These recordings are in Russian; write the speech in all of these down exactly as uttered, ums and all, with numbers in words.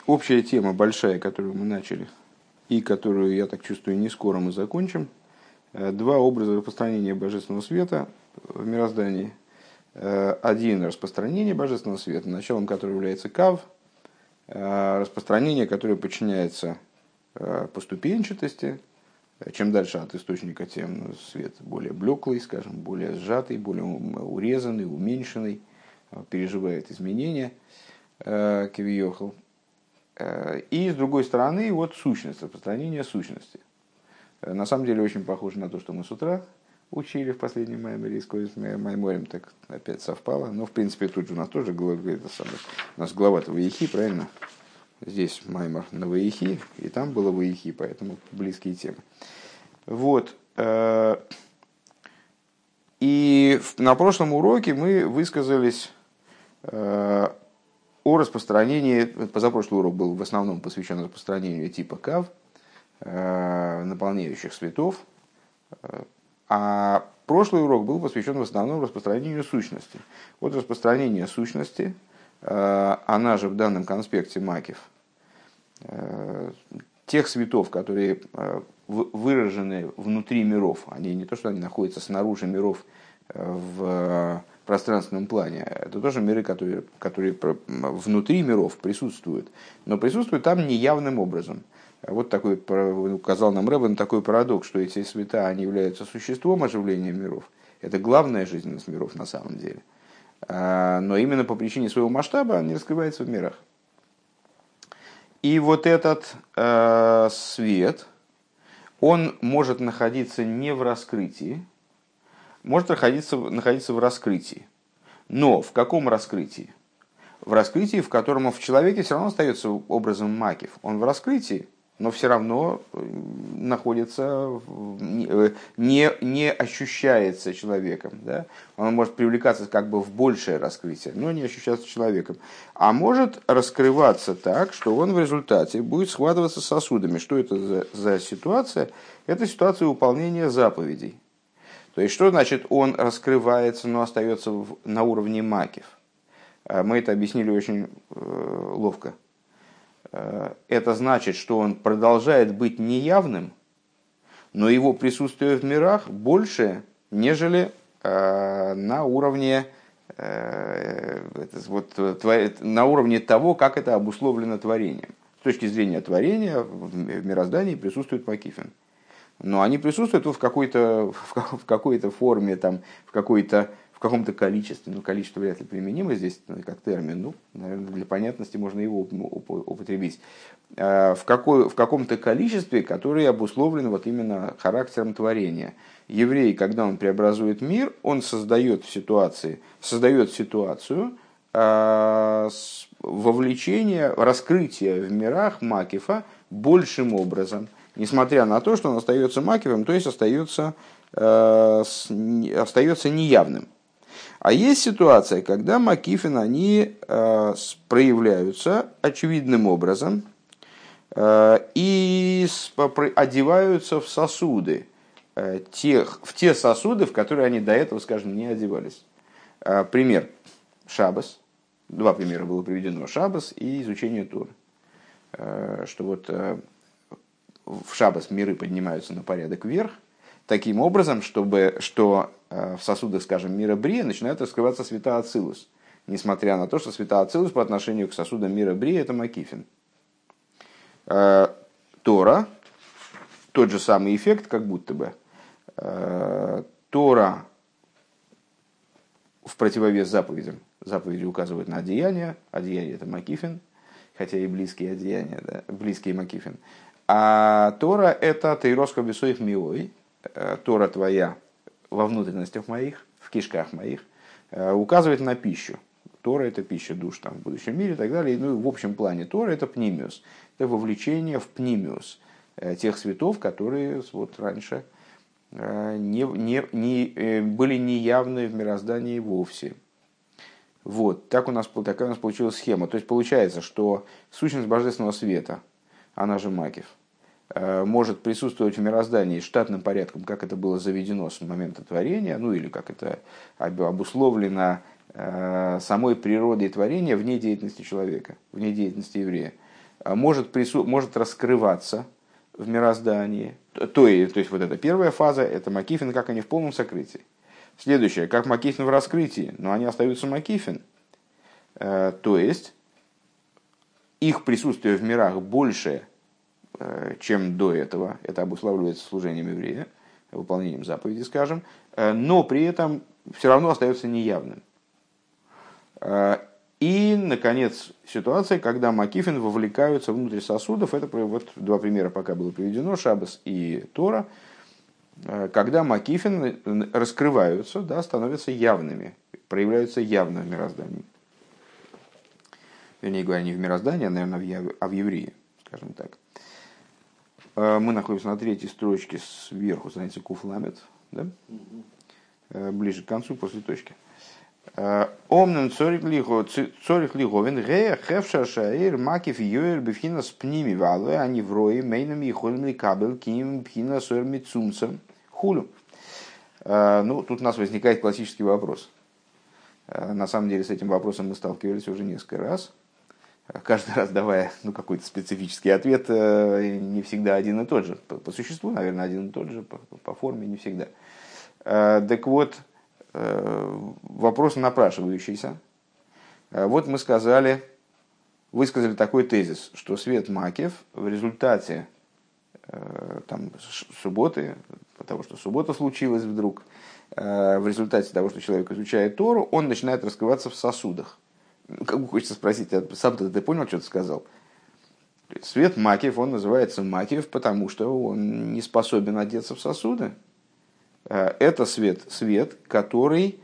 общая тема большая, которую мы начали, и которую, я так чувствую, не скоро мы закончим. Два образа распространения божественного света в мироздании. Один — распространение божественного света, началом которого является кав, распространение, которое подчиняется поступенчатости. Чем дальше от источника, тем свет более блеклый, скажем, более сжатый, более урезанный, уменьшенный, переживает изменения, кивиохал. И с другой стороны, вот сущность, распространение сущности. На самом деле очень похоже на то, что мы с утра учили в последнем майморе, с майморем так опять совпало. Но в принципе тут же у нас тоже это самое, у нас глава-то Ваихи, правильно? Здесь маймор на Ваихи, и там было Ваихи, поэтому близкие темы. Вот. И на прошлом уроке мы высказались о распространении, позапрошлый урок был в основном посвящен распространению типа кав, наполняющих светов, а прошлый урок был посвящен в основном распространению сущности. Вот распространение сущности, она же в данном конспекте Макев, тех светов, которые выражены внутри миров, они не то, что они находятся снаружи миров в пространственном плане, это тоже миры, которые, которые внутри миров присутствуют, но присутствуют там неявным образом. Вот такой, указал нам Рэббен такой парадокс, что эти света, они являются существом оживления миров. Это главная жизненность миров на самом деле. Но именно по причине своего масштаба они раскрываются в мирах. И вот этот э, свет, он может находиться не в раскрытии, может находиться, находиться в раскрытии. Но в каком раскрытии? В раскрытии, в котором он в человеке все равно остается образом макев. Он в раскрытии, но все равно находится, не, не ощущается человеком. Да? Он может привлекаться как бы в большее раскрытие, но не ощущаться человеком. А может раскрываться так, что он в результате будет схватываться сосудами. Что это за, за ситуация? Это ситуация выполнения заповедей. То есть, что значит он раскрывается, но остается в, на уровне макев? Мы это объяснили очень э, ловко. Это значит, что он продолжает быть неявным, но его присутствие в мирах больше, нежели э, на уровне э, вот, твор... на уровне того, как это обусловлено творением. С точки зрения творения в мироздании присутствует макифин. Но они присутствуют в какой-то, в какой-то форме, там, в, какой-то, в каком-то количестве. Ну, количество вряд ли применимо здесь как термин. Ну, наверное, для понятности можно его употребить. В, какой, в каком-то количестве, которое обусловлено вот именно характером творения. Еврей, когда он преобразует мир, он создает ситуации, создает ситуацию э, вовлечения, раскрытия в мирах макифа большим образом. Несмотря на то, что он остается макивым, то есть остается, э, с, остается неявным. А есть ситуация, когда макифин, они э, проявляются очевидным образом э, и с, про, одеваются в сосуды, э, тех, в те сосуды, в которые они до этого, скажем, не одевались. Э, пример. Шаббос. Два примера было приведено. Шаббос и изучение Торы. Э, что вот... Э, в шаббос миры поднимаются на порядок вверх, таким образом, чтобы, что в сосудах, скажем, мира Брия начинают раскрываться света Ацилус, несмотря на то, что света Ацилус по отношению к сосудам мира Брия — это макифин. Тора, тот же самый эффект, как будто бы. Тора в противовес заповедям. Заповеди указывают на одеяние, одеяние — это макифин, хотя и близкие одеяния, да, близкие макифин. А Тора — это тейроско бесоих миой, Тора твоя во внутренностях моих, в кишках моих, указывает на пищу. Тора — это пища душ там, в будущем мире и так далее. Ну, в общем плане Тора — это пнимиус, это вовлечение в пнимиус тех светов, которые вот раньше не, не, не, были неявны в мироздании вовсе. Вот, так у нас, такая у нас получилась схема. То есть получается, что сущность божественного света, она же макев, может присутствовать в мироздании штатным порядком, как это было заведено с момента творения, ну или как это обусловлено самой природой творения вне деятельности человека, вне деятельности еврея. может, прису... может раскрываться в мироздании. То, то есть вот эта первая фаза, это макифин, как они в полном сокрытии. Следующее, как макифин в раскрытии, но они остаются макифин. То есть их присутствие в мирах больше, чем до этого. Это обуславливается служением еврея, выполнением заповеди, скажем. Но при этом все равно остается неявным. И, наконец, ситуация, когда макифин вовлекаются внутрь сосудов. Это вот два примера пока было приведено, Шаббос и Тора. Когда макифин раскрываются, да, становятся явными, проявляются явно в мироздании. Вернее говоря, не в мироздании, а, наверное, а в евреи, скажем так. Мы находимся на третьей строчке сверху, страница Куфламет, да? Ближе к концу, после точки. Омнен цорих лиговен гея хевша шаир макив йоэр бифхина с пними валве, они врои мейнами и холмли кабель ким пхина сойр митсумцем хулю. Ну, тут у нас возникает классический вопрос. На самом деле с этим вопросом мы сталкивались уже несколько раз. Каждый раз давая ну, какой-то специфический ответ, не всегда один и тот же. По, по существу, наверное, один и тот же, по, по форме не всегда. Так вот, вопрос напрашивающийся. Вот мы сказали, высказали такой тезис, что свет макев в результате там, субботы, потому что суббота случилась вдруг, в результате того, что человек изучает Тору, он начинает раскрываться в сосудах. Как бы хочется спросить, а сам-то ты понял, что ты сказал? Свет макев, он называется макев, потому что он не способен одеться в сосуды. Это свет, свет, который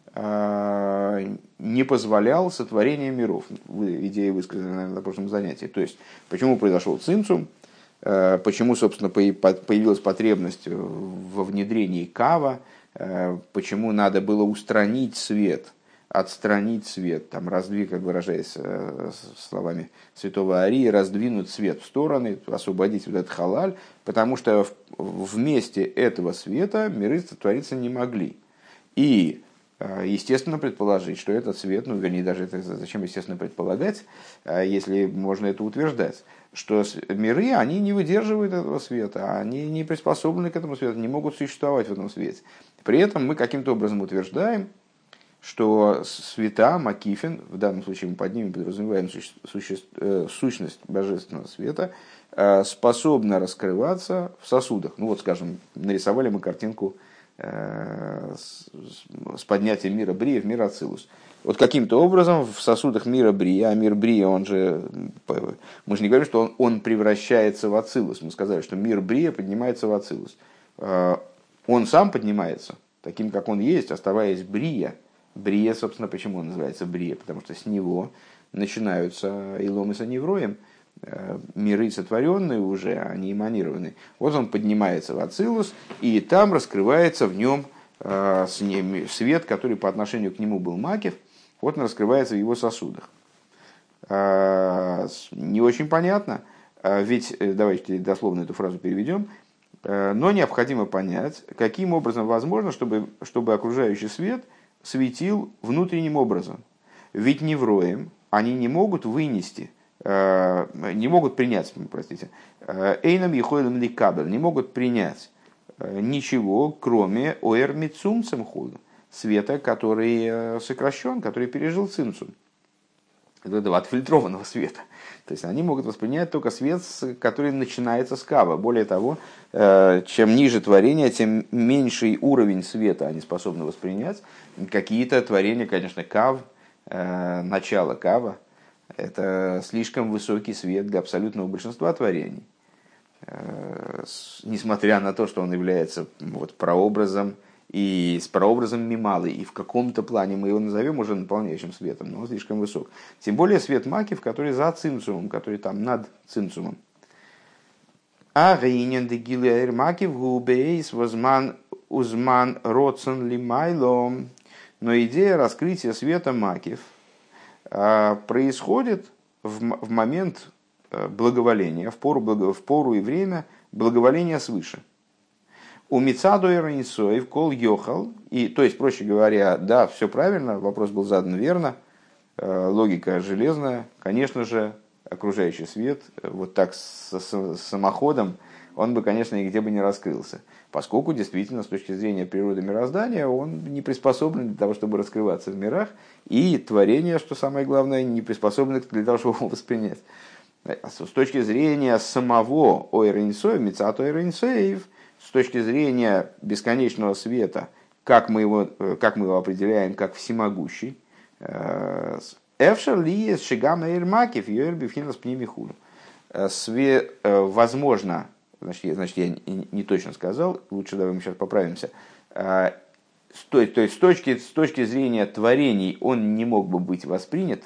не позволял сотворению миров. Идея высказана, наверное, на прошлом занятии. То есть, почему произошел цинцум, почему, собственно, появилась потребность во внедрении кава, почему надо было устранить свет, отстранить свет, там, раздвиг, как выражаясь словами святого Арии, раздвинуть свет в стороны, освободить вот этот халаль, потому что вместе этого света миры твориться не могли. И, естественно, предположить, что этот свет, ну, вернее, даже это зачем, естественно, предполагать, если можно это утверждать, что миры, они не выдерживают этого света, они не приспособлены к этому свету, не могут существовать в этом свете. При этом мы каким-то образом утверждаем, что света, макифин, в данном случае мы под ними подразумеваем суще, суще, э, сущность божественного света, э, способна раскрываться в сосудах. Ну вот, скажем, нарисовали мы картинку э, с, с поднятием мира Брия в мир Ацилус. Вот каким-то образом в сосудах мира Брия, а мир Брия, он же, мы же не говорим, что он, он превращается в Ацилус. Мы сказали, что мир Брия поднимается в Ацилус. Э, он сам поднимается, таким, как он есть, оставаясь Брия. Брия, собственно, почему он называется Брия? Потому что с него начинаются Илом и Саневроем, миры сотворенные уже, они эманированы. Вот он поднимается в Ацилус, и там раскрывается в нем свет, который по отношению к нему был макев, вот он раскрывается в его сосудах. Не очень понятно, ведь, давайте дословно эту фразу переведем, но необходимо понять, каким образом возможно, чтобы, чтобы окружающий свет светил внутренним образом. Ведь невроем они не могут вынести, не могут принять, простите, эйном ехойлем ликабель, не могут принять ничего, кроме оэр мицумцем худу, света, который сокращен, который пережил цинцум. Этого отфильтрованного света. То есть они могут воспринять только свет, который начинается с кава. Более того, чем ниже творение, тем меньший уровень света они способны воспринять. Какие-то творения, конечно, кав, начало кава, это слишком высокий свет для абсолютного большинства творений. Несмотря на то, что он является вот, прообразом, и с прообразом мималы, и в каком-то плане мы его назовем уже наполняющим светом, но он слишком высок. Тем более свет макив, который за цинцумом, который там над цинцумом. А гейнен де гилер макив губейс возман узман родсон лимайлом. Но идея раскрытия света макив происходит в момент благоволения, в пору, в пору и время благоволения свыше. У Мицаду и Ранисоев кол йохал, и, то есть, проще говоря, да, все правильно, вопрос был задан верно, логика железная, конечно же, окружающий свет вот так с, с, с самоходом, он бы, конечно, нигде бы не раскрылся. Поскольку действительно, с точки зрения природы мироздания, он не приспособлен для того, чтобы раскрываться в мирах, и творение, что самое главное, не приспособлено для того, чтобы его воспринять. С точки зрения самого Ойренсоев, Мицат Ойренсоев, с точки зрения бесконечного света, как мы его, как мы его определяем, как всемогущий, Эфшер ли шигам эйрмакив йорби вхинас пнимихуну. Возможно, значит, я, значит, я не, не точно сказал, лучше давай мы сейчас поправимся. То, то есть с точки, с точки зрения творений он не мог бы быть воспринят,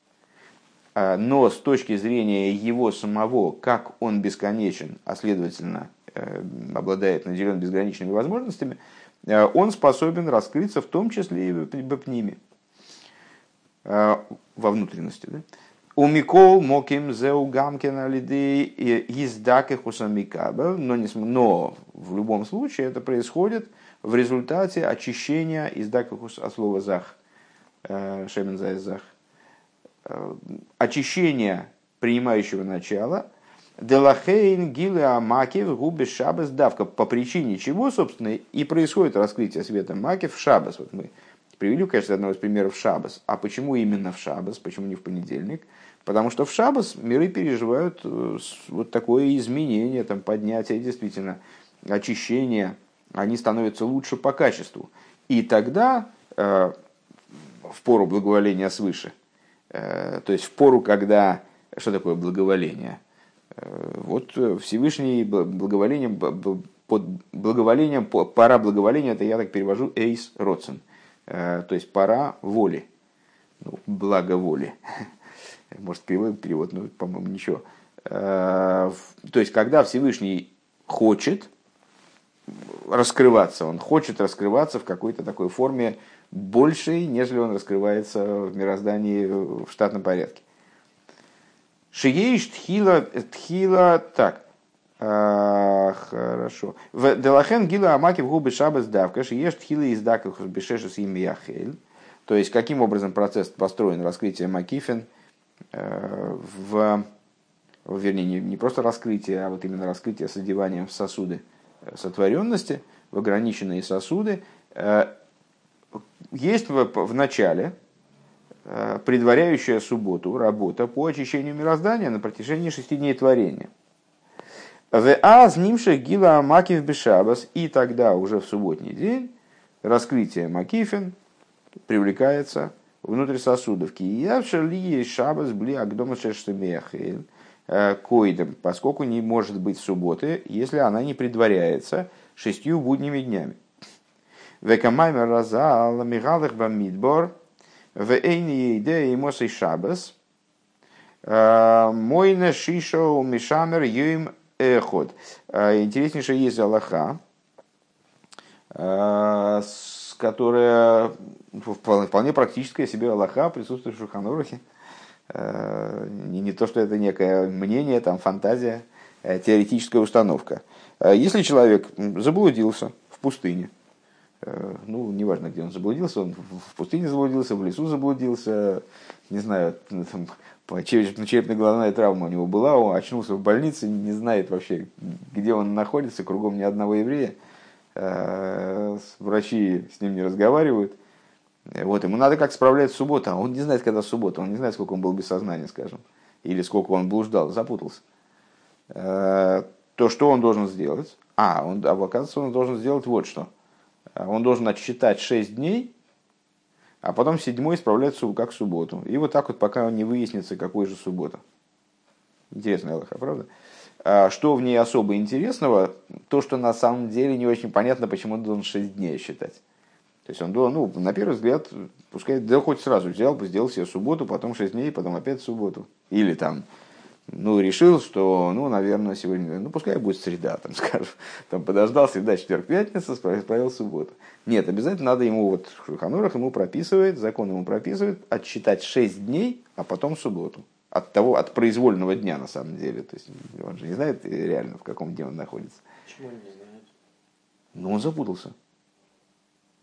но с точки зрения его самого, как он бесконечен, а следовательно обладает наделен безграничными возможностями, он способен раскрыться в том числе и в пниме, во внутренности. Да? У Микол Моким Зеу Гамкина Лиды Издаки Хусамикаба, но в любом случае это происходит в результате очищения Издаки Хус от слова Зах, Шемен Зай Зах, очищения принимающего начала, Делахейн Гилы Амакив Губи Шабас Давка, по причине чего, собственно, и происходит раскрытие света Макив в Шабас. Вот мы привели в качестве одного из примеров Шабас. А почему именно в Шабас, почему не в понедельник? Потому что в Шабас миры переживают вот такое изменение, там, поднятие, действительно, очищение, они становятся лучше по качеству. И тогда, э, в пору благоволения свыше, э, то есть в пору, когда... Что такое благоволение? Э, вот Всевышний благоволением, под благоволением, пора благоволения, это я так перевожу, эйс роцен, э, то есть пора воли, ну, благо воли. Может, перевод, перевод, но, по-моему, ничего. То есть, когда Всевышний хочет раскрываться, он хочет раскрываться в какой-то такой форме большей, нежели он раскрывается в мироздании в штатном порядке. Шиеиш тхила, тхила, так, а, хорошо. В Делахен гила амаки в губы шабас давка, шиеш тхила издаках бешешес ими яхель. То есть, каким образом процесс построен, раскрытие Макифин, в, вернее, не, не просто раскрытие, а вот именно раскрытие с одеванием в сосуды сотворенности, в ограниченные сосуды, есть в, в начале предваряющая субботу работа по очищению мироздания на протяжении шести дней творения. А с нимших гила макив бешабас, и тогда уже в субботний день раскрытие Макифин привлекается внутрь сосудов. Киявшали шабас бли агдома шештемехель койдем, поскольку не может быть субботы, если она не предваряется шестью будними днями. Векамаймер разал мигалых бамидбор вейни идеи мосей шабас мойна шишо мишамер юим эход. Интереснейшая есть алаха, которая вполне практическая себе алаха, присутствует в Шулхан Арухе. Не, не то, что это некое мнение, там, фантазия, теоретическая установка. Если человек заблудился в пустыне, ну, неважно, где он заблудился, он в пустыне заблудился, в лесу заблудился, не знаю, там, черепно-головная травма у него была, он очнулся в больнице, не знает вообще, где он находится, кругом ни одного еврея, врачи с ним не разговаривают. Вот, ему надо как справлять субботу, а он не знает, когда суббота, он не знает, сколько он был без сознания, скажем, или сколько он блуждал, запутался. То что он должен сделать? А, он, а оказывается, он должен сделать вот что. Он должен отсчитать шесть дней, а потом седьмой исправлять как субботу. И вот так вот, пока не выяснится, какой же суббота. Интересная алаха, правда? Что в ней особо интересного? То, что на самом деле не очень понятно, почему он должен шесть дней считать. То есть он должен, ну, на первый взгляд, пускай да, хоть сразу взял бы, сделал себе субботу, потом шесть дней, потом опять субботу. Или там, ну, решил, что, ну, наверное, сегодня, ну, пускай будет среда, там, скажем, там подождал, среда, четверг, пятница, исправил субботу. Нет, обязательно надо ему, вот, в Шулхан Арух ему прописывает, закон ему прописывает, отсчитать шесть дней, а потом субботу. От того, от произвольного дня, на самом деле. То есть он же не знает реально, в каком дне он находится. Почему он не знает? Ну, он запутался.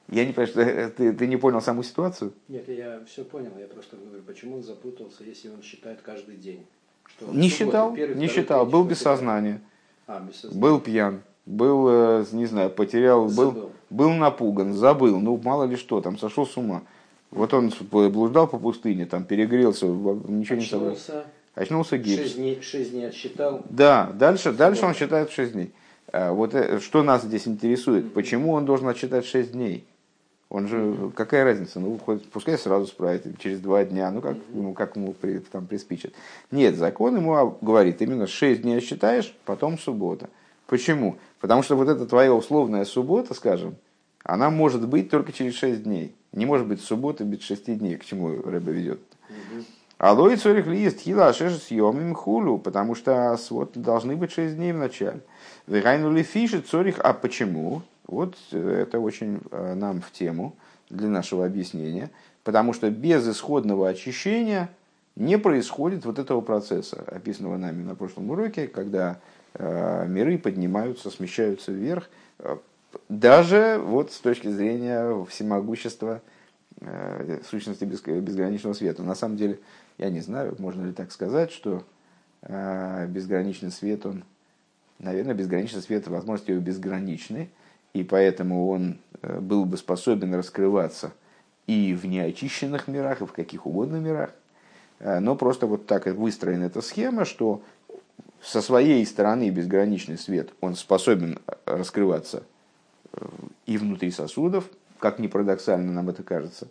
Я не понимаю, что ты, ты не понял саму ситуацию? Нет, я все понял. Я просто говорю, почему он запутался, если он считает каждый день. Что Не суббота, считал, первый, не второй, считал. третий, Был без четвертый, сознания. А, без сознания. Был пьян. Был, э, не знаю, потерял, был, был напуган, забыл. Ну, мало ли что, там сошел с ума. Вот он блуждал по пустыне, там перегрелся, ничего не собрался. Очнулся гипс. Шесть дней, шесть дней отсчитал. Да, дальше, дальше он считает шесть дней. Вот что нас здесь интересует, почему он должен отсчитать шесть дней? Он же, какая разница, ну, хоть, пускай сразу справит, через два дня, ну, как, ну, как ему при, там приспичит. Нет, закон ему говорит, именно шесть дней отсчитаешь, потом суббота. Почему? Потому что вот эта твоя условная суббота, скажем, она может быть только через шесть дней. Не может быть суббота без шести дней, к чему Ребе ведет. Алой цорих лист хила ашеш съемим хулу, потому что вот должны быть шесть дней в начале. Вегайнули фиши цорих, а почему? Вот это очень нам в тему для нашего объяснения, потому что без исходного очищения не происходит вот этого процесса, описанного нами на прошлом уроке, когда э, миры поднимаются, смещаются вверх, даже вот с точки зрения всемогущества э, сущности безграничного света. На самом деле, я не знаю, можно ли так сказать, что э, безграничный свет, он, наверное, безграничный свет, возможности его безграничны, и поэтому он был бы способен раскрываться и в неочищенных мирах, и в каких угодно мирах. Но просто вот так выстроена эта схема, что со своей стороны безграничный свет, он способен раскрываться и внутри сосудов, как ни парадоксально нам это кажется.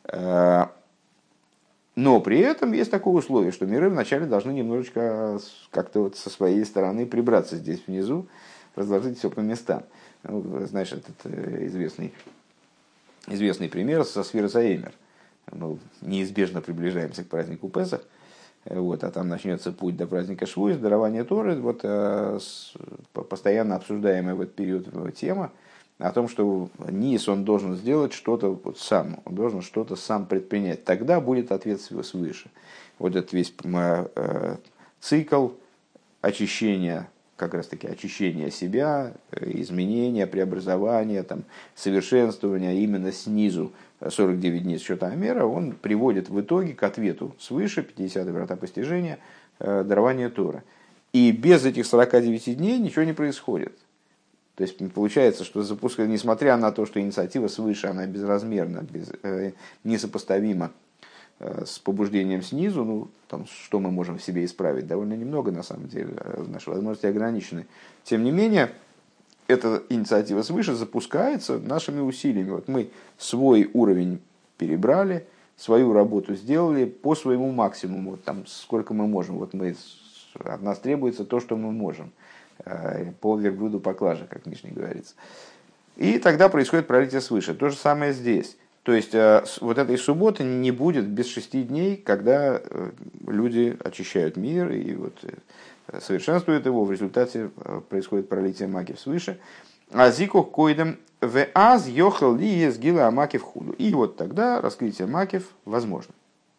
Но при этом есть такое условие, что миры вначале должны немножечко как-то вот со своей стороны прибраться здесь внизу, разложить все по местам. Ну, знаешь, этот известный, известный пример со Сфиросаэмер. Мы неизбежно приближаемся к празднику Песах, вот, а там начнется путь до праздника Швуис, дарования Торы. Вот, а, с, постоянно обсуждаемая в этот период тема о том, что низ он должен сделать что-то вот сам, он должен что-то сам предпринять. Тогда будет ответ свыше. Вот этот весь э, цикл очищения, как раз таки очищение себя, изменения, преобразования, там, совершенствования именно снизу сорок девять дней счета Амера, он приводит в итоге к ответу свыше, пятидесятые врата постижения, дарования Торы. И без этих сорока девяти дней ничего не происходит. То есть получается, что запуская, несмотря на то, что инициатива свыше, она безразмерна, без, э, несопоставима с побуждением снизу, ну, там, что мы можем в себе исправить, довольно немного, на самом деле, наши возможности ограничены. Тем не менее, эта инициатива свыше запускается нашими усилиями. Вот мы свой уровень перебрали, свою работу сделали по своему максимуму, вот там, сколько мы можем. Вот мы, от нас требуется то, что мы можем, по верблюду поклажа, как в Мишне говорится. И тогда происходит пролитие свыше. То же самое здесь. То есть вот этой субботы не будет без шести дней, когда люди очищают мир и вот совершенствуют его, в результате происходит пролитие макив свыше. А зикух койдем в аз йохал ли ес гила макив худу. И вот тогда раскрытие макив возможно.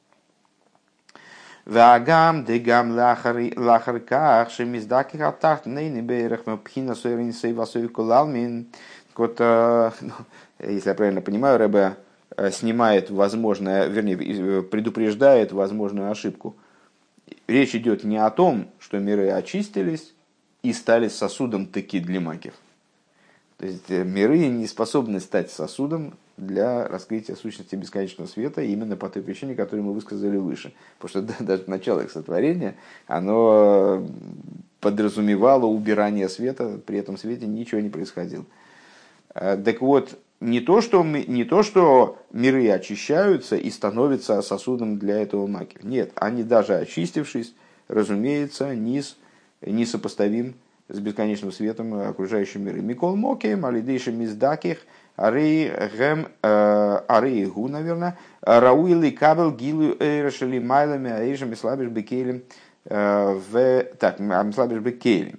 Вагам дегам лахар ках шемиздаких атах нейни бейрах мпхина сойрин сейвасой кулалмин. Вот, если я правильно понимаю, Ребе снимает возможное, вернее, предупреждает возможную ошибку. Речь идет не о том, что миры очистились и стали сосудом таки для макив. То есть миры не способны стать сосудом для раскрытия сущности бесконечного света именно по той причине, которую мы высказали выше. Потому что даже начало их сотворения, оно подразумевало убирание света, при этом свете ничего не происходило. Так вот, не то, что, мы, не то, что миры очищаются и становятся сосудом для этого макив. Нет, они даже очистившись, разумеется, низ несопоставим с бесконечным светом окружающим миры. Микол мокеем, алидейши миздаких, арей гэм, арей гу, наверное, рауили кабел гилу эйрашели майлами, аэйши мислабиш бекелем, так, мислабиш бекелем.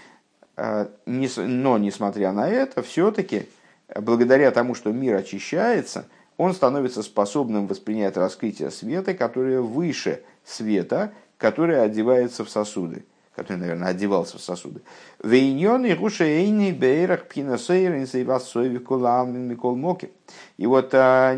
Но, несмотря на это, все-таки, благодаря тому, что мир очищается, он становится способным воспринять раскрытие света, которое выше света, которое одевается в сосуды, который, наверное, одевался в сосуды. И вот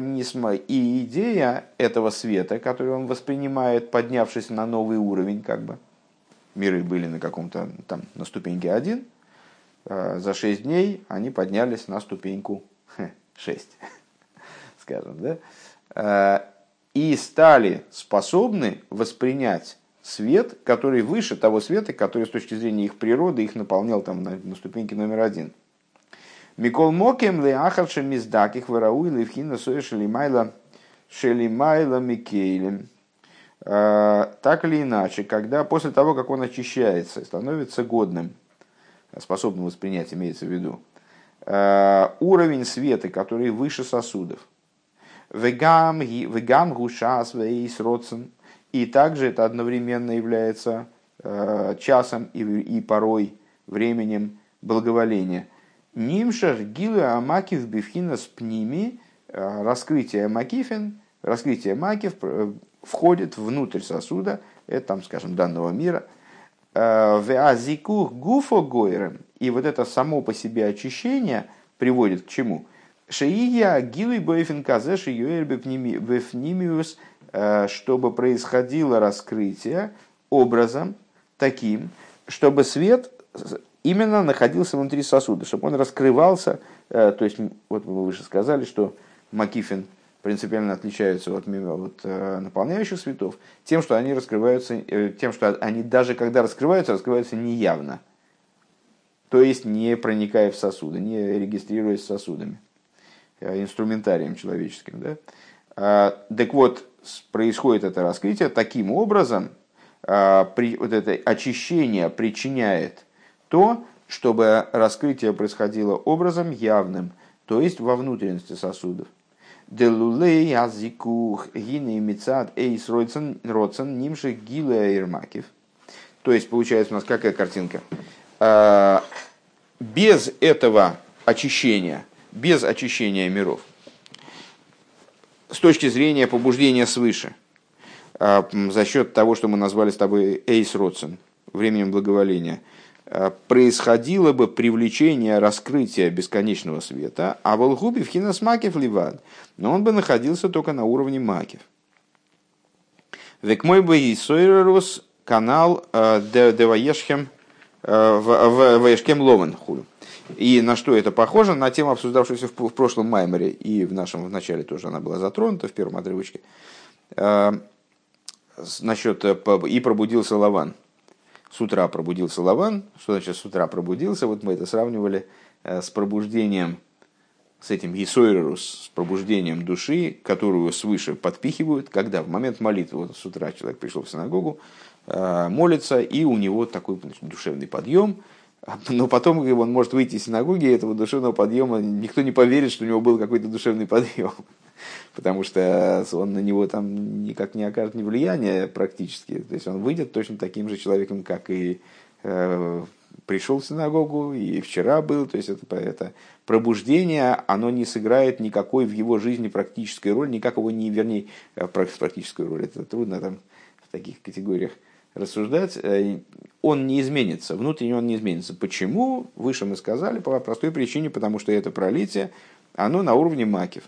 и идея этого света, который он воспринимает, поднявшись на новый уровень, как бы миры были на каком-то там на ступеньке один, за шесть дней они поднялись на ступеньку шесть, скажем, да, и стали способны воспринять свет, который выше того света, который с точки зрения их природы их наполнял там на, на ступеньке номер один. Микол мокем леахарши миздаких варауи левхина соя шелимайла шелимайла микейлем. Так или иначе, когда после того, как он очищается, становится годным, способным воспринять, имеется в виду, уровень света, который выше сосудов, вегам гушас вейс родсен, и также это одновременно является э, часом и, и порой временем благоволения. Нимшах гилы амакив бифхина с пними, э, раскрытие амакифин, раскрытие макив э, входит внутрь сосуда, это там, скажем, данного мира. Веазикух гуфо гойрем, и вот это само по себе очищение приводит к чему? Шеия гилы боефин казеши юэльбе бифнимиус, чтобы происходило раскрытие образом таким, чтобы свет именно находился внутри сосуда, чтобы он раскрывался. То есть, вот мы выше сказали, что макифин принципиально отличаются от, от наполняющих светов тем, что они раскрываются, тем, что они даже когда раскрываются, раскрываются неявно. То есть, не проникая в сосуды, не регистрируясь сосудами, инструментарием человеческим. Да? Так вот, происходит это раскрытие таким образом, при, вот это очищение причиняет то, чтобы раскрытие происходило образом явным, то есть во внутренности сосудов. Делулей азикух гины мицад эйс родсен нимши гиле ирмакив. То есть получается у нас какая картинка? Без этого очищения, без очищения миров, с точки зрения побуждения свыше, за счет того, что мы назвали с тобой эйс родсен, временем благоволения, происходило бы привлечение раскрытия бесконечного света, а волгуби в хинас макев ливад, но он бы находился только на уровне макев. Век мой бы и сойрус канал деваешхем ваешкем ловен хулю. И на что это похоже? На тему, обсуждавшуюся в прошлом маймере, и в нашем в начале тоже она была затронута, в первом отрывочке. Насчет «и пробудился Лаван». С утра пробудился Лаван. Что значит с утра пробудился? Вот мы это сравнивали с пробуждением, с этим Есойрус, с пробуждением души, которую свыше подпихивают, когда в момент молитвы, вот с утра человек пришел в синагогу, молится, и у него такой, значит, душевный подъем. Но потом он может выйти из синагоги, и этого душевного подъема никто не поверит, что у него был какой-то душевный подъем. Потому что он на него там никак не окажет ни влияния практически. То есть он выйдет точно таким же человеком, как и э, пришел в синагогу, и вчера был. То есть это, это пробуждение, оно не сыграет никакой в его жизни практической роли, никак его не, вернее, практическую роль. Это трудно там в таких категориях рассуждать, он не изменится, внутренне он не изменится. Почему? Выше мы сказали, по простой причине, потому что это пролитие, оно на уровне макев.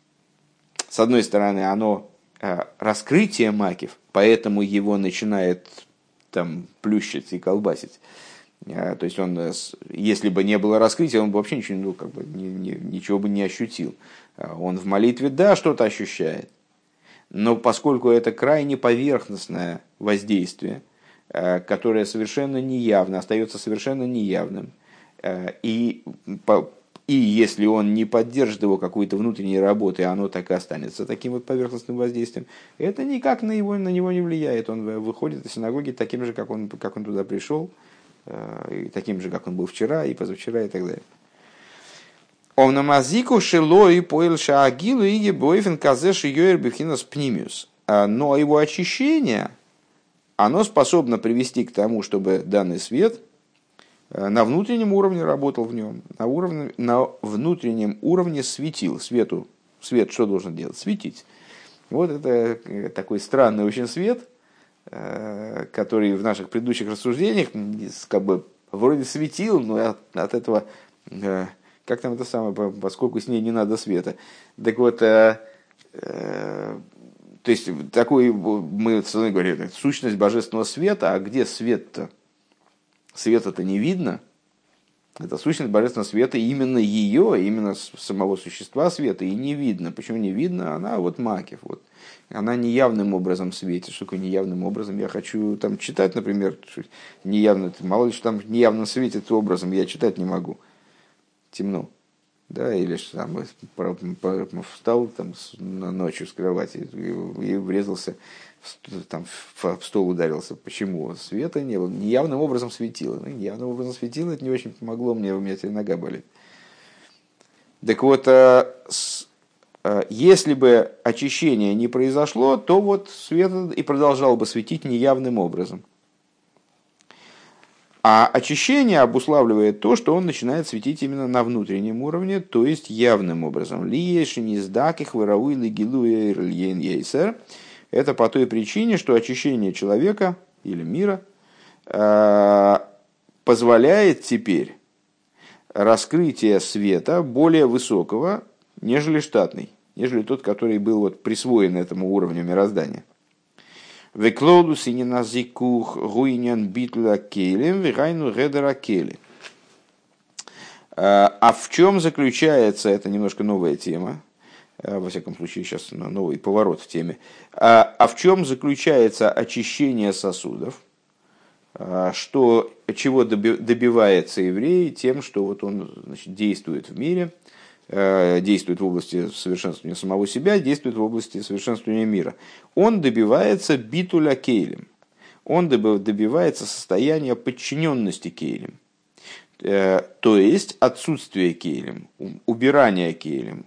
С одной стороны, оно раскрытие макев, поэтому его начинает там плющить и колбасить. То есть он, если бы не было раскрытия, он бы вообще ничего, ну, как бы, ничего бы не ощутил. Он в молитве, да, что-то ощущает. Но поскольку это крайне поверхностное воздействие, которое совершенно неявно, остается совершенно неявным, и, и если он не поддержит его какой-то внутренней работой, оно так и останется таким вот поверхностным воздействием, это никак на, его, на него не влияет. Он выходит из синагоги таким же, как он, как он туда пришел, и таким же, как он был вчера и позавчера и так далее. Омнамазику шилой поил шаагилу и ебоифен казеши йоэр бифхинас пнимиус. Но его очищение, оно способно привести к тому, чтобы данный свет на внутреннем уровне работал в нем, на, уровне, на внутреннем уровне светил. Свету, свет что должен делать? Светить. Вот это такой странный очень свет, который в наших предыдущих рассуждениях как бы вроде светил, но от, от этого, как там это самое, поскольку с ней не надо света. Так вот, то есть такой, мы с вами говорим, сущность божественного света, а где свет-то? Света-то не видно. Это сущность божественного света, именно ее, именно самого существа света и не видно. Почему не видно? Она вот макев, вот. Она неявным образом светит. Что такое неявным образом? Я хочу там читать, например, неявно, мало ли что там неявно светит образом, я читать не могу. Темно. Да, или что там встал там, ночью с кровати и врезался, там, в стол ударился. Почему? Света не было. Неявным образом светило. Ну, неявным образом светило, это не очень помогло мне, у меня теперь нога болит. Так вот, если бы очищение не произошло, то вот свет и продолжал бы светить неявным образом. А очищение обуславливает то, что он начинает светить именно на внутреннем уровне, то есть явным образом. Это по той причине, что очищение человека или мира позволяет теперь раскрытие света более высокого, нежели штатный, нежели тот, который был вот присвоен этому уровню мироздания. Веклодус и неназикух гуинян битла келем вегайну редера кели. А в чем заключается, это немножко новая тема, во всяком случае сейчас новый поворот в теме, а в чем заключается очищение сосудов, что, чего добивается еврей тем, что вот он, значит, действует в мире, действует в области совершенствования самого себя, действует в области совершенствования мира. Он добивается битуля кейлем. Он добивается состояния подчиненности кейлем. То есть отсутствие кейлем, убирания кейлем,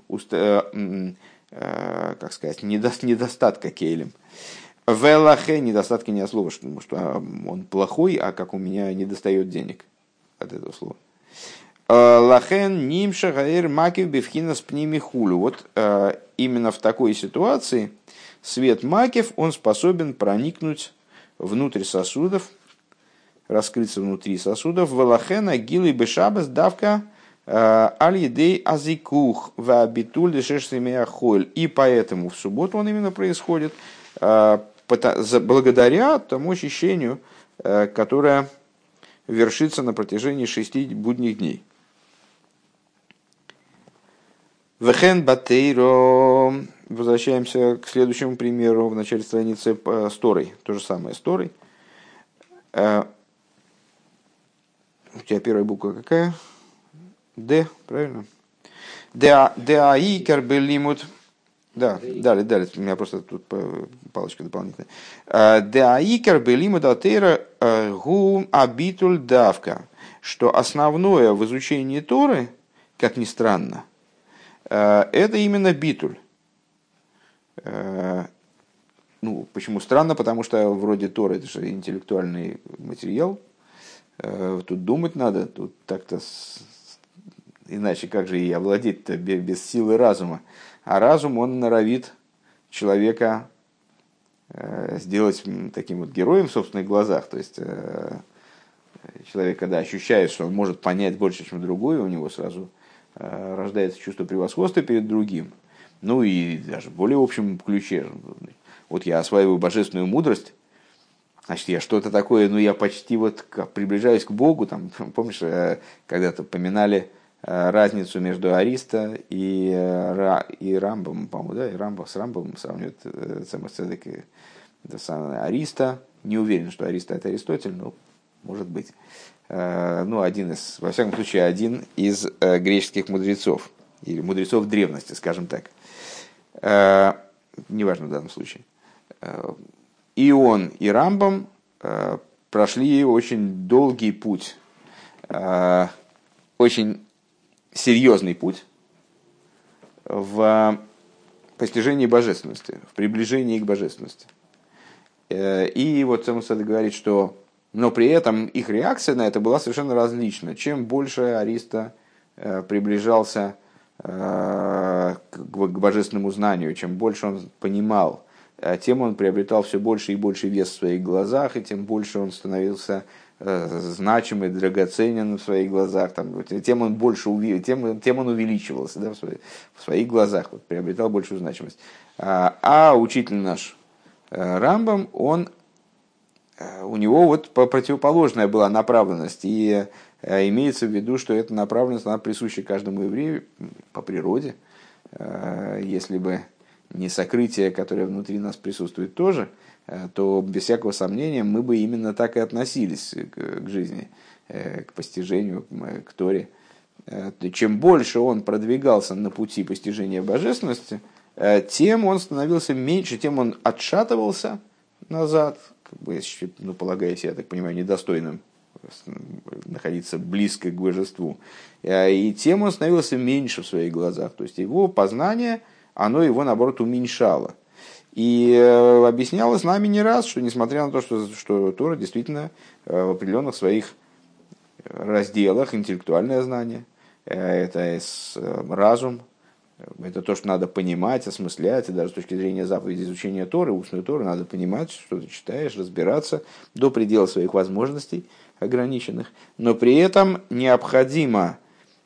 как сказать, недостатка кейлем. Велахе, недостатки не от слова, что, что он плохой, а как у меня недостает денег от этого слова. Лахен нимша гаэр макив бифхинас пними хулю. Вот именно в такой ситуации свет макив, он способен проникнуть внутрь сосудов, раскрыться внутри сосудов. Валахена гилы бешабас давка аль-едей азикух вабитуль дешешсимеахоль. И поэтому в субботу он именно происходит благодаря тому очищению, которое вершится на протяжении шести будних дней. Вехен батейро. Возвращаемся к следующему примеру в начале страницы с Торой. То же самое с Торой. У тебя первая буква какая? Д, правильно? Деаикер белимут. Да, далее, далее. У меня просто тут палочка дополнительная. Деаикер белимут атера гум абитуль давка. Что основное в изучении Торы, как ни странно, это именно битуль. Ну, почему странно? Потому что вроде Тора это же интеллектуальный материал. Тут думать надо, тут так-то иначе как же и овладеть-то без силы разума. А разум, он норовит человека сделать таким вот героем в собственных глазах. То есть человек, когда ощущает, что он может понять больше, чем другой, у него сразу рождается чувство превосходства перед другим. Ну и даже в более общем ключе. Вот я осваиваю божественную мудрость, значит, я что-то такое, ну я почти вот приближаюсь к Богу. Там, помнишь, когда-то поминали разницу между Ариста и, и Рамбом, по-моему, да, и Рамбом с Рамбом сравнивают Цемах Цедек и это самое Ариста. Не уверен, что Ариста это Аристотель, но может быть. Ну, один из, во всяком случае, один из греческих мудрецов, или мудрецов древности, скажем так. Неважно в данном случае. И он, и Рамбам прошли очень долгий путь, очень серьезный путь в постижении божественности, в приближении к божественности. И вот Цемах Цедек говорит, что но при этом их реакция на это была совершенно различна. Чем больше Ариста приближался к божественному знанию, чем больше он понимал, тем он приобретал все больше и больше вес в своих глазах, и тем больше он становился значимый, драгоценен в своих глазах, там, тем он больше уви... тем, тем он увеличивался, да, в, своих, в своих глазах, вот, приобретал большую значимость. А, а учитель наш Рамбам, он, у него вот противоположная была направленность, и имеется в виду, что эта направленность, она присуща каждому еврею по природе, если бы не сокрытие, которое внутри нас присутствует тоже, то без всякого сомнения мы бы именно так и относились к, к жизни, к постижению, к Торе. Чем больше он продвигался на пути постижения божественности, тем он становился меньше, тем он отшатывался назад, как бы, ну, полагаясь, я так понимаю, недостойным находиться близко к божеству, и тем он становился меньше в своих глазах. То есть его познание, оно его, наоборот, уменьшало. И объяснялось нами не раз, что несмотря на то, что, что Тора действительно в определенных своих разделах, интеллектуальное знание, это разум, это то, что надо понимать, осмыслять, и даже с точки зрения заповеди изучения Торы, устную Тору, надо понимать, что ты читаешь, разбираться до предела своих возможностей ограниченных, но при этом необходимо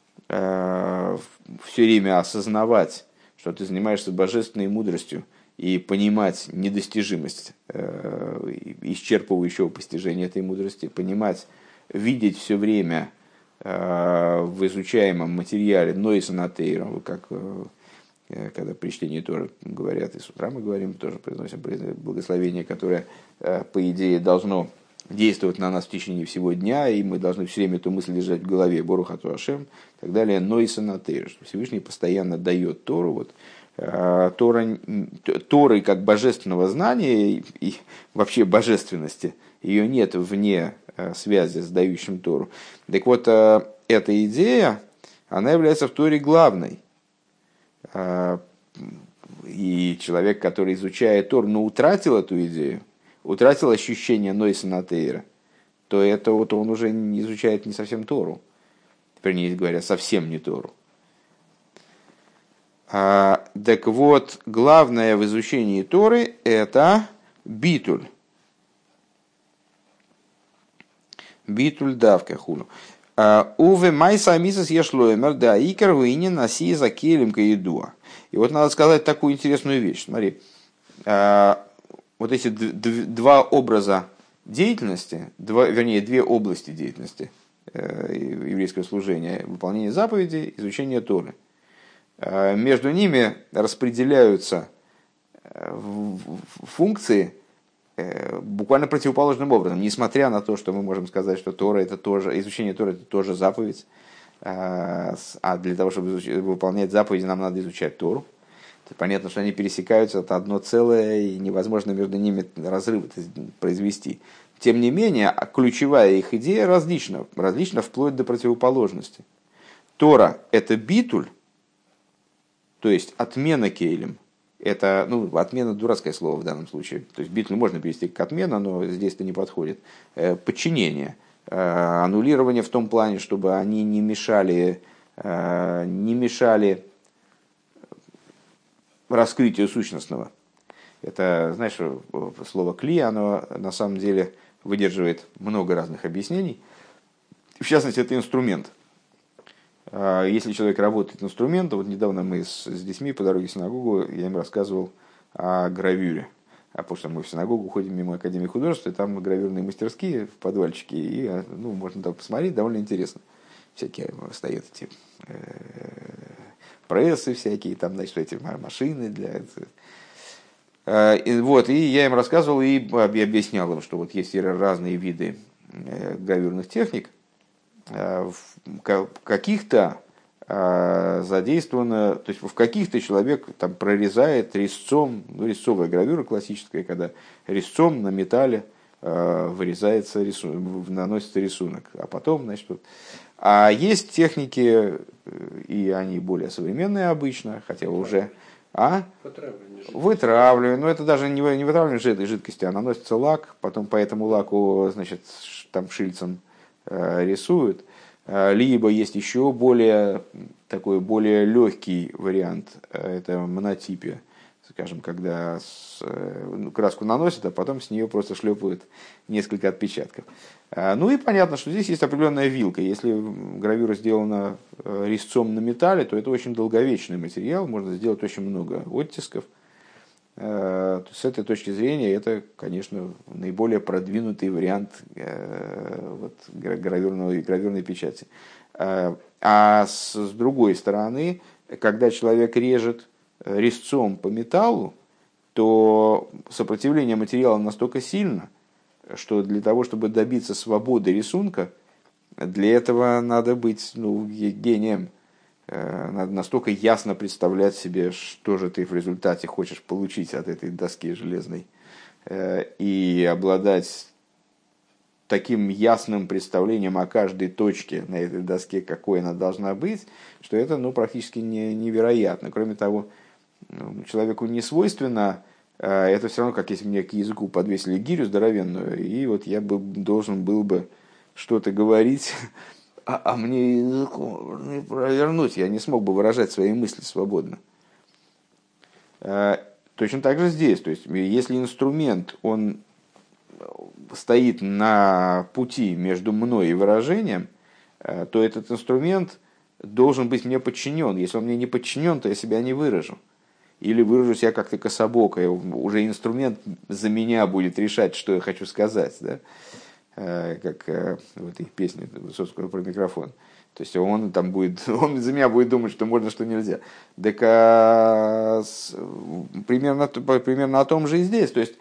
э, все время осознавать, что ты занимаешься божественной мудростью, и понимать недостижимость э, исчерпывающего постижения этой мудрости, понимать, видеть все время э, в изучаемом материале нойса на тейру, как э, когда при чтении Торы говорят, и с утра мы говорим, тоже произносим благословение, которое, э, по идее, должно действовать на нас в течение всего дня, и мы должны все время эту мысль держать в голове, Борух ату Ашем, и так далее, нойса на тейру, что Всевышний постоянно дает Тору, вот, Тора, Торы как божественного знания и вообще божественности, ее нет вне связи с дающим Тору. Так вот, эта идея, она является в Торе главной. И человек, который изучает Тору, но утратил эту идею, утратил ощущение нойса на тейра, то это вот он уже не изучает не совсем Тору. Вернее говоря, совсем не Тору. А, так вот, главное в изучении Торы – это битуль. Битуль давка хуну. Уве майса мисас ешлоемер да икер вуини наси за келем каедуа. И вот надо сказать такую интересную вещь. Смотри, вот эти два образа деятельности, два, вернее, две области деятельности еврейского служения – выполнение заповедей, изучение Торы. Между ними распределяются функции буквально противоположным образом, несмотря на то, что мы можем сказать, что Тора это тоже, изучение Торы это тоже заповедь, а для того, чтобы выполнять заповеди, нам надо изучать Тору. Понятно, что они пересекаются, это одно целое, и невозможно между ними разрыв произвести. Тем не менее, ключевая их идея различна, различна вплоть до противоположности. Тора – это битуль, то есть отмена кейлем. Это, ну, отмена дурацкое слово в данном случае. То есть битуль можно перевести как отмена, но здесь это не подходит. Подчинение, аннулирование в том плане, чтобы они не мешали, не мешали раскрытию сущностного. Это, знаешь, слово «кли», оно на самом деле выдерживает много разных объяснений. В частности, это инструмент. Если человек работает инструментом, вот недавно мы с, с детьми по дороге в синагогу, я им рассказывал о гравюре. А потому что мы в синагогу ходим мимо Академии художеств, и там гравюрные мастерские в подвальчике, и ну, можно там посмотреть, довольно интересно. Всякие стоят эти э, прессы всякие, там, значит, эти машины для... Э, и, вот, и я им рассказывал и объяснял им, что вот есть разные виды э, гравюрных техник, в каких-то задействовано, то есть в каких-то человек там прорезает резцом, ну, резцовая гравюра классическая, когда резцом на металле вырезается рисунок, наносится рисунок, а потом, значит, вот. А есть техники, и они более современные обычно, хотя уже, а? Вытравливание, но это даже не вытравливание этой жидкости, а наносится лак, потом по этому лаку, значит, там шильцем рисуют. Либо есть еще более такой более легкий вариант, это монотипия, скажем, когда с, ну, краску наносят, а потом с нее просто шлепают несколько отпечатков. Ну и понятно, что здесь есть определенная вилка. Если гравюра сделана резцом на металле, то это очень долговечный материал, можно сделать очень много оттисков. С этой точки зрения это, конечно, наиболее продвинутый вариант вот, гравюрной, гравюрной печати. А с другой стороны, когда человек режет резцом по металлу, то сопротивление материала настолько сильно, что для того, чтобы добиться свободы рисунка, для этого надо быть ну, гением. Надо настолько ясно представлять себе, что же ты в результате хочешь получить от этой доски железной. И обладать таким ясным представлением о каждой точке на этой доске, какой она должна быть, что это ну, практически не, невероятно. Кроме того, человеку не свойственно, это все равно, как если мне к языку подвесили гирю здоровенную, и вот я бы должен был бы что-то говорить, а, а мне языком не провернуть, я не смог бы выражать свои мысли свободно. Точно так же здесь, то есть если инструмент, он стоит на пути между мной и выражением, то этот инструмент должен быть мне подчинен. Если он мне не подчинен, то я себя не выражу. Или выражусь я как-то кособоко, уже инструмент за меня будет решать, что я хочу сказать, да? Как в этой песне Высоцкого про микрофон. То есть он там будет, он за меня будет думать, что можно, что нельзя. Так а, с, примерно, примерно о том же и здесь. То есть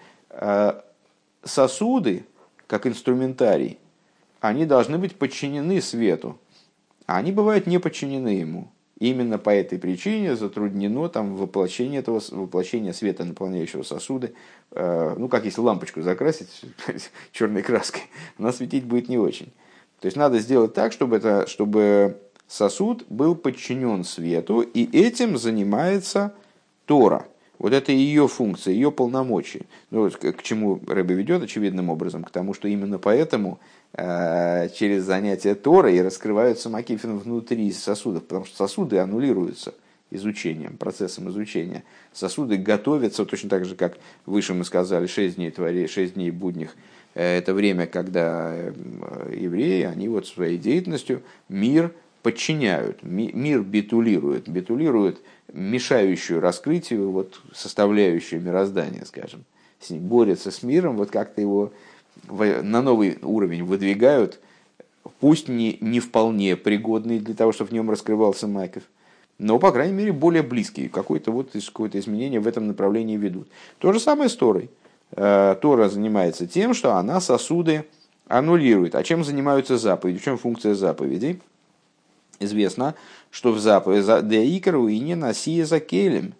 сосуды, как инструментарий, они должны быть подчинены свету, а они бывают не подчинены ему. Именно по этой причине затруднено там, воплощение, этого, воплощение света, наполняющего сосуды. Ну, как если лампочку закрасить черной краской, она светить будет не очень. То есть надо сделать так, чтобы, это, чтобы сосуд был подчинен свету, и этим занимается Тора. Вот это ее функция, ее полномочия. Ну, к чему Рэбе ведет очевидным образом? К тому, что именно поэтому э, через занятия Торой и раскрываются макифин внутри сосудов, потому что сосуды аннулируются изучением, процессом изучения. Сосуды готовятся точно так же, как выше мы сказали, шесть дней твори, шесть дней будних. Это время, когда евреи, они вот своей деятельностью мир подчиняют, мир битулирует, битулирует мешающую раскрытию вот, составляющую мироздания, скажем, с ним борются с миром, вот как-то его на новый уровень выдвигают, пусть не, не вполне пригодный для того, чтобы в нем раскрывался Маков, но, по крайней мере, более близкий, какое-то вот, какое-то изменение в этом направлении ведут. То же самое с Торой. Тора занимается тем, что она сосуды аннулирует. А чем занимаются заповеди? В чем функция заповедей? Известно, что в заповеди «Деикару и не насия за келем»,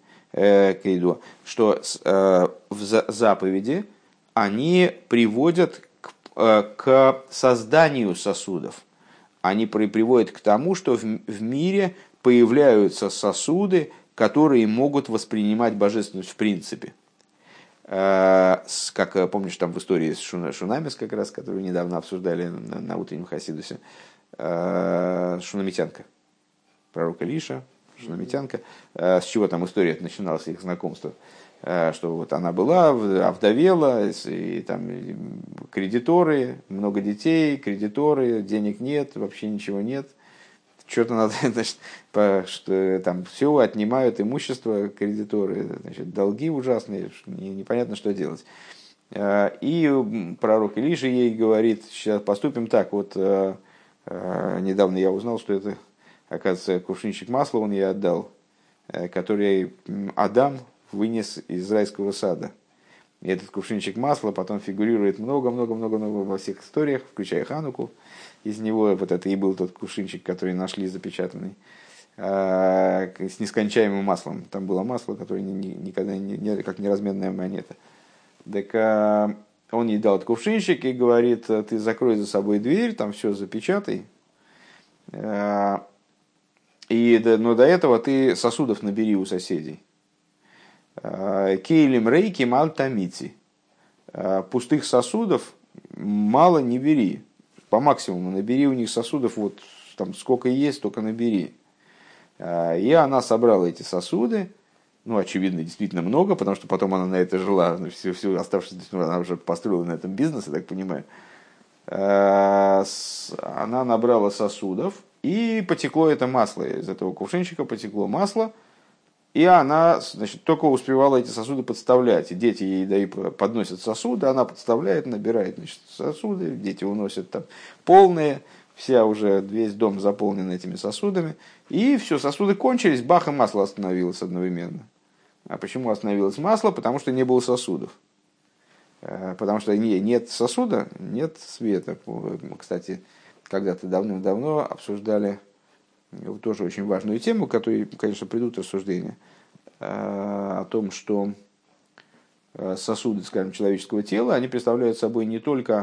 что в заповеди они приводят к созданию сосудов. Они приводят к тому, что в мире появляются сосуды, которые могут воспринимать божественность в принципе. Как помнишь, там в истории с Шунамис, как раз, которую недавно обсуждали на, на утреннем Хасидусе, Шунамитянка, пророк Илиша, Шунамитянка, с чего там история начиналась, их знакомство, что вот она была, овдовела, и там кредиторы, много детей, кредиторы, денег нет, вообще ничего нет. Что-то надо, значит, по, что, там все отнимают имущество кредиторы, значит, долги ужасные, непонятно, что делать. И пророк Илиша ей говорит, сейчас поступим так, вот недавно я узнал, что это, оказывается, кувшинчик масла он ей отдал, который Адам вынес из райского сада. И этот кувшинчик масла потом фигурирует много-много-много-много во всех историях, включая Хануку. Из него вот это и был тот кувшинчик, который нашли запечатанный, с нескончаемым маслом. Там было масло, которое никогда не, как неразменная монета. Так он ей дал этот кувшинчик и говорит, ты закрой за собой дверь, там все запечатай. И, но до этого ты сосудов набери у соседей. Кейлем рейки мал тамити. Пустых сосудов мало не бери. По максимуму набери у них сосудов, вот там сколько есть, столько набери. И она собрала эти сосуды, ну, очевидно, действительно много, потому что потом она на это жила, всю, всю оставшуюся, ну, она уже построила на этом бизнес, я так понимаю. Она набрала сосудов, и потекло это масло. Из этого кувшинчика потекло масло, и она, значит, только успевала эти сосуды подставлять. И дети ей да, и подносят сосуды, она подставляет, набирает, значит, сосуды, дети уносят там полные, вся уже, весь дом заполнен этими сосудами. И все, сосуды кончились, бах, и масло остановилось одновременно. А почему остановилось масло? Потому что не было сосудов. Потому что не, нет сосуда, нет света. Кстати, когда-то давным-давно обсуждали тоже очень важную тему, к которой, конечно, придут рассуждения, о том, что сосуды, скажем, человеческого тела, они представляют собой не только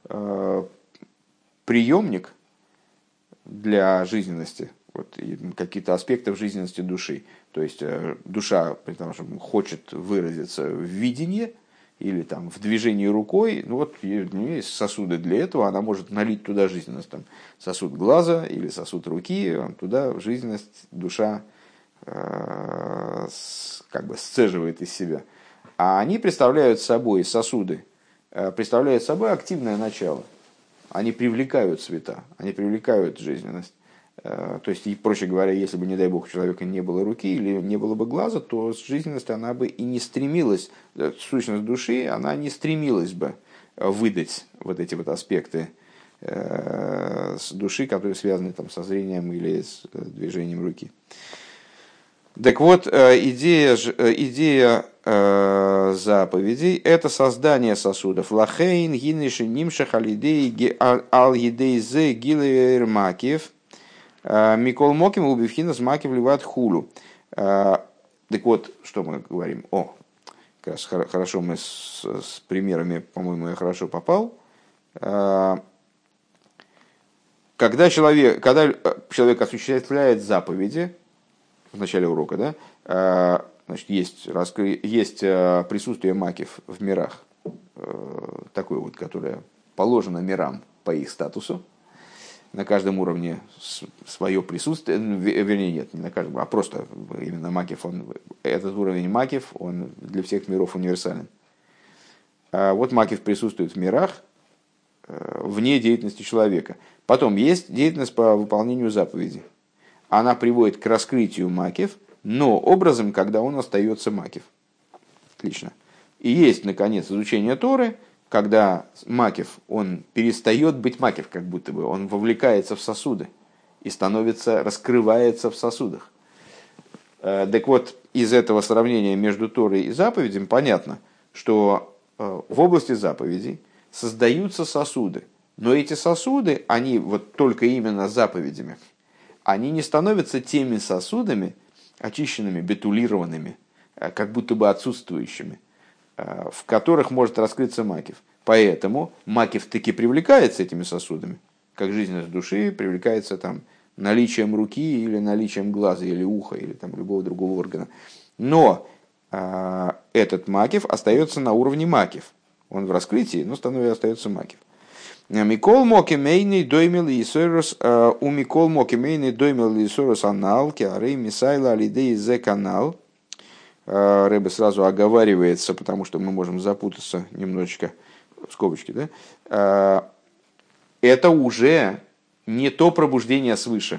приемник для жизненности, вот, какие-то аспекты жизненности души. То есть душа, при том, что хочет выразиться в видении или там, в движении рукой, ну вот у нее есть сосуды для этого, она может налить туда жизненность. Там, сосуд глаза или сосуд руки, туда жизненность душа э, как бы сцеживает из себя. А они представляют собой, сосуды, э, представляют собой активное начало. Они привлекают света, они привлекают жизненность. То есть, проще говоря, если бы, не дай бог, у человека не было руки или не было бы глаза, то жизненность она бы и не стремилась, сущность души, она не стремилась бы выдать вот эти вот аспекты с души, которые связаны там, со зрением или с движением руки. Так вот, идея, идея заповедей – это создание сосудов. Лахейн, гиниши, нимшах, алидей, ал-едей зе, гилер макиев. Микол Моким убивхина с Макив ливат хулу. Так вот, что мы говорим? О, как раз хорошо мы с, с примерами, по-моему, я хорошо попал. Когда человек, когда человек осуществляет заповеди, в начале урока, да, значит, есть, раскры... есть присутствие макив в мирах, такое вот, которое положено мирам по их статусу. На каждом уровне свое присутствие, вернее, нет, не на каждом, а просто именно макив, он, этот уровень макив, он для всех миров универсален. А вот макив присутствует в мирах вне деятельности человека. Потом есть деятельность по выполнению заповедей. Она приводит к раскрытию макив, но образом, когда он остается макив. Отлично. И есть, наконец, изучение Торы, когда макив, он перестает быть макив, как будто бы, он вовлекается в сосуды и становится, раскрывается в сосудах. Так вот, из этого сравнения между Торой и заповедями понятно, что в области заповедей создаются сосуды, но эти сосуды, они вот только именно заповедями, они не становятся теми сосудами, очищенными, бетулированными, как будто бы отсутствующими, в которых может раскрыться макив. Поэтому макив таки привлекается этими сосудами, как жизненность души привлекается там, наличием руки или наличием глаза или уха или там, любого другого органа. Но э, этот макив остается на уровне макив. Он в раскрытии, но становится, остается макив. Микол мокимейный доймил исорос у Микол мокимейный доймил исорос анал киарей мисайла алидей зе канал. Рэбе сразу оговаривается, потому что мы можем запутаться немножечко в скобочке. Да? Это уже не то пробуждение свыше,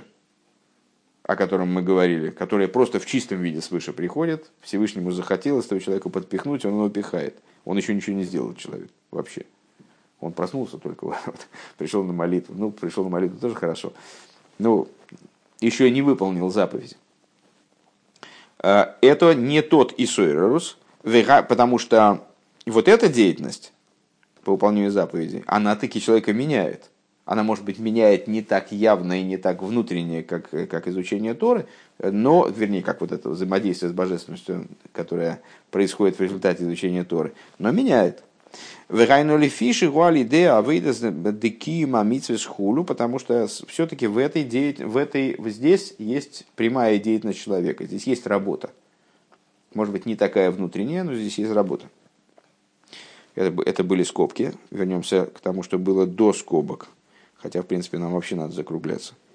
о котором мы говорили, которое просто в чистом виде свыше приходит. Всевышнему захотелось этого человека подпихнуть, он его пихает. Он еще ничего не сделал, человек, вообще. Он проснулся только, вот, пришел на молитву. Ну, пришел на молитву тоже хорошо. Ну, еще не выполнил заповедь. Это не тот исойрерус, потому что вот эта деятельность по выполнению заповедей, она таки человека меняет. Она, может быть, меняет не так явно и не так внутренне, как, как изучение Торы, но, вернее, как вот это взаимодействие с божественностью, которое происходит в результате изучения Торы, но меняет. Потому что все-таки в этой, в этой, здесь есть прямая деятельность человека, здесь есть работа. Может быть, не такая внутренняя, но здесь есть работа. Это, это были скобки. Вернемся к тому, что было до скобок. Хотя, в принципе, нам вообще надо закругляться.